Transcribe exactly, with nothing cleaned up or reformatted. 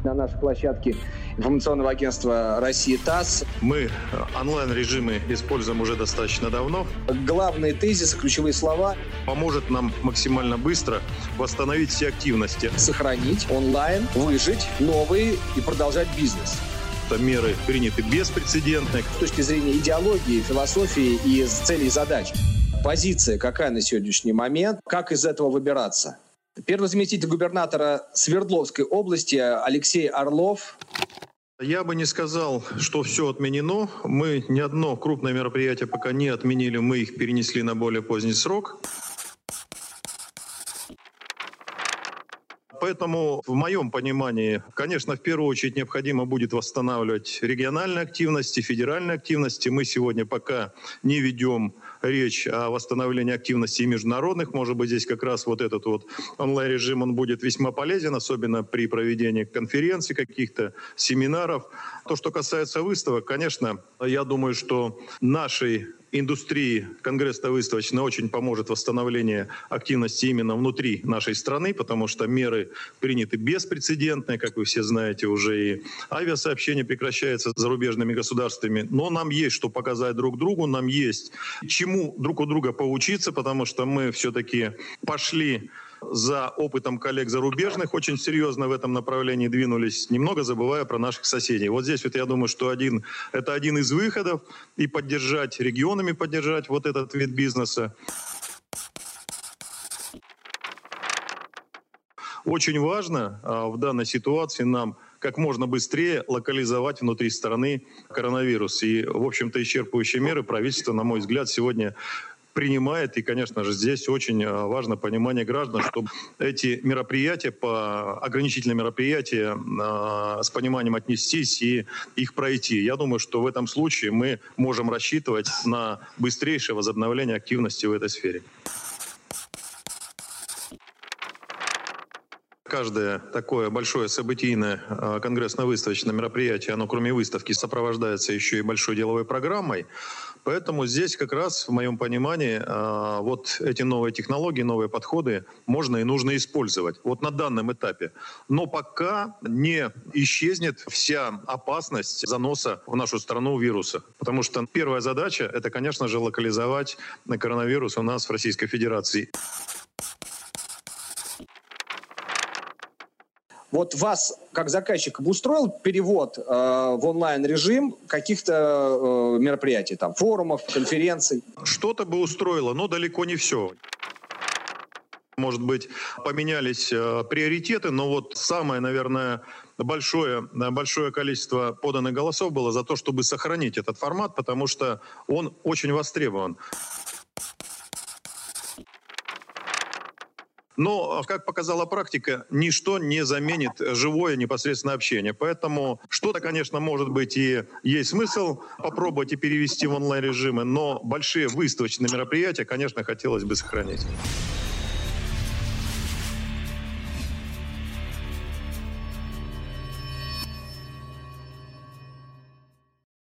на нашей площадке информационного агентства «Россия ТАСС». Мы онлайн-режимы используем уже достаточно давно. Главные тезисы, ключевые слова. Поможет нам максимально быстро восстановить все активности. Сохранить онлайн, выжить новые и продолжать бизнес. Меры приняты беспрецедентные. С точки зрения идеологии, философии и целей и задач. Позиция какая на сегодняшний момент? Как из этого выбираться? Первый заместитель губернатора Свердловской области Алексей Орлов. Я бы не сказал, что все отменено. Мы ни одно крупное мероприятие пока не отменили, мы их перенесли на более поздний срок. Поэтому, в моем понимании, конечно, в первую очередь необходимо будет восстанавливать региональные активности, федеральные активности. Мы сегодня пока не ведем речь о восстановлении активности международных. Может быть, здесь как раз вот этот вот онлайн-режим, он будет весьма полезен, особенно при проведении конференций, каких-то семинаров. То, что касается выставок, конечно, я думаю, что нашей индустрии конгрессно-выставочной очень поможет восстановление активности именно внутри нашей страны, потому что меры приняты беспрецедентные, как вы все знаете, уже и авиасообщение прекращается с зарубежными государствами. Но нам есть что показать друг другу, нам есть чему друг у друга поучиться, потому что мы все-таки пошли за опытом коллег зарубежных, очень серьезно в этом направлении двинулись, немного забывая про наших соседей. Вот здесь вот я думаю, что один, это один из выходов, и поддержать, регионами поддержать вот этот вид бизнеса. Очень важно а, в данной ситуации нам как можно быстрее локализовать внутри страны коронавирус. И, в общем-то, исчерпывающие меры правительство, на мой взгляд, сегодня принимает. И, конечно же, здесь очень важно понимание граждан, чтобы эти мероприятия, по ограничительные мероприятия, э, с пониманием отнестись и их пройти. Я думаю, что в этом случае мы можем рассчитывать на быстрейшее возобновление активности в этой сфере. Каждое такое большое событийное конгрессно-выставочное мероприятие, оно кроме выставки сопровождается еще и большой деловой программой. Поэтому здесь как раз, в моем понимании, вот эти новые технологии, новые подходы можно и нужно использовать. Вот на данном этапе. Но пока не исчезнет вся опасность заноса в нашу страну вируса. Потому что первая задача – это, конечно же, локализовать коронавирус у нас в Российской Федерации. Вот вас, как заказчик, устроил перевод э, в онлайн-режим каких-то э, мероприятий, там, форумов, конференций? Что-то бы устроило, но далеко не все. Может быть, поменялись э, приоритеты, но вот самое, наверное, большое, большое количество поданных голосов было за то, чтобы сохранить этот формат, потому что он очень востребован. Но, как показала практика, ничто не заменит живое непосредственное общение. Поэтому что-то, конечно, может быть и есть смысл попробовать и перевести в онлайн-режимы, но большие выставочные мероприятия, конечно, хотелось бы сохранить.